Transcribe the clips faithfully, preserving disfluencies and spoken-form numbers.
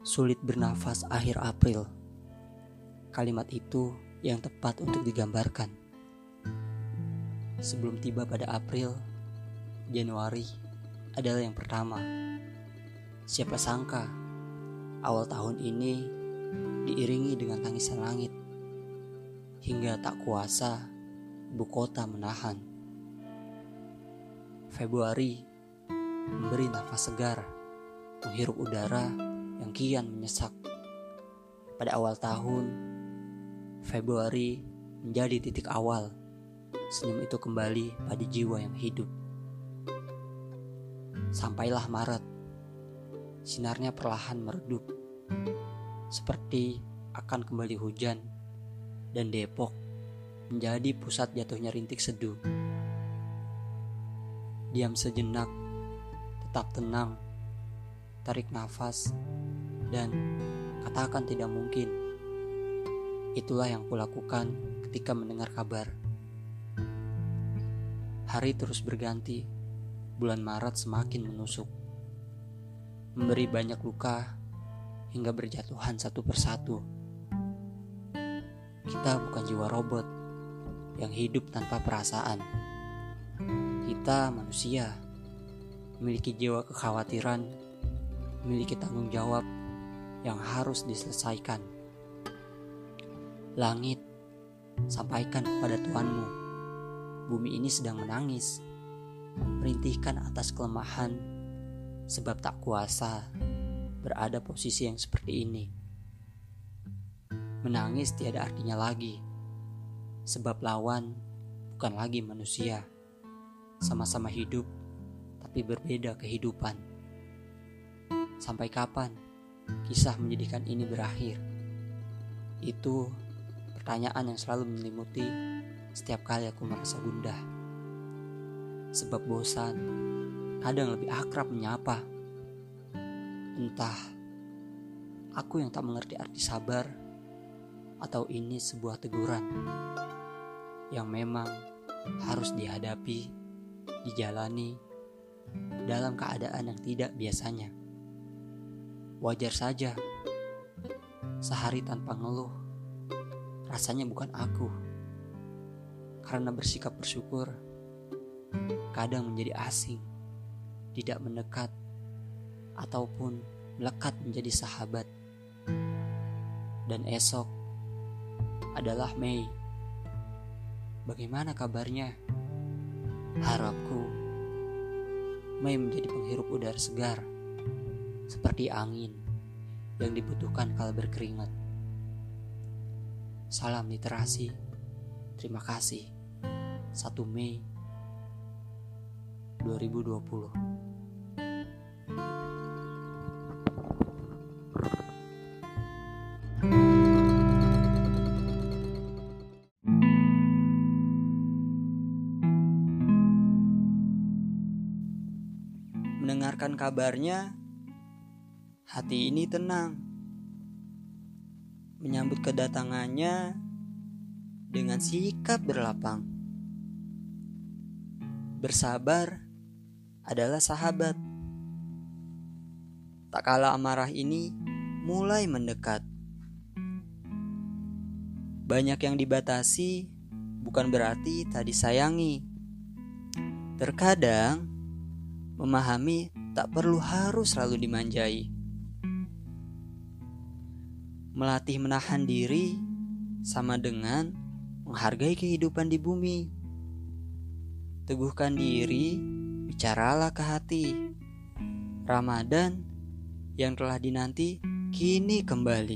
Sulit bernafas akhir April. Kalimat itu yang tepat untuk digambarkan. Sebelum tiba pada April, Januari adalah yang pertama. Siapa sangka awal tahun ini diiringi dengan tangisan langit, hingga tak kuasa ibu kota menahan. Februari memberi nafas segar, menghirup udara yang kian menyesak. Pada awal tahun, Februari menjadi titik awal senyum itu kembali pada jiwa yang hidup. Sampailah Maret, sinarnya perlahan meredup, seperti akan kembali hujan, dan Depok menjadi pusat jatuhnya rintik seduh. Diam sejenak, tetap tenang, tarik nafas, dan katakan tidak mungkin. Itulah yang kulakukan ketika mendengar kabar. Hari terus berganti, bulan Maret semakin menusuk, memberi banyak luka hingga berjatuhan satu persatu. Kita bukan jiwa robot yang hidup tanpa perasaan. Kita manusia, memiliki jiwa kekhawatiran, memiliki tanggung jawab yang harus diselesaikan. Langit, sampaikan kepada Tuhanmu, bumi ini sedang menangis, merintihkan atas kelemahan, sebab tak kuasa berada posisi yang seperti ini. Menangis tiada artinya lagi, sebab lawan bukan lagi manusia, sama-sama hidup tapi berbeda kehidupan. Sampai kapan kisah menyedihkan ini berakhir? Itu pertanyaan yang selalu menyelimuti setiap kali aku merasa gundah. Sebab bosan kadang lebih akrab menyapa. Entah aku yang tak mengerti arti sabar, atau ini sebuah teguran yang memang harus dihadapi, dijalani dalam keadaan yang tidak biasanya. Wajar saja, sehari tanpa ngeluh, rasanya bukan aku. Karena bersikap bersyukur, kadang menjadi asing, tidak mendekat, ataupun melekat menjadi sahabat. Dan esok adalah Mei. Bagaimana kabarnya? Harapku Mei menjadi penghirup udara segar, seperti angin yang dibutuhkan kala berkeringat. Salam literasi. Terima kasih. satu Mei dua ribu dua puluh. Mendengarkan kabarnya, hati ini tenang. Menyambut kedatangannya dengan sikap berlapang. Bersabar adalah sahabat. Tak kala amarah ini mulai mendekat. Banyak yang dibatasi bukan berarti tak disayangi. Terkadang memahami tak perlu harus selalu dimanjai. Melatih menahan diri sama dengan menghargai kehidupan di bumi. Teguhkan diri, bicaralah ke hati. Ramadan yang telah dinanti kini kembali.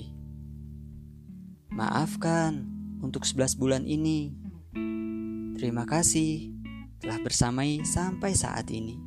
Maafkan untuk sebelas bulan ini. Terima kasih telah bersamai sampai saat ini.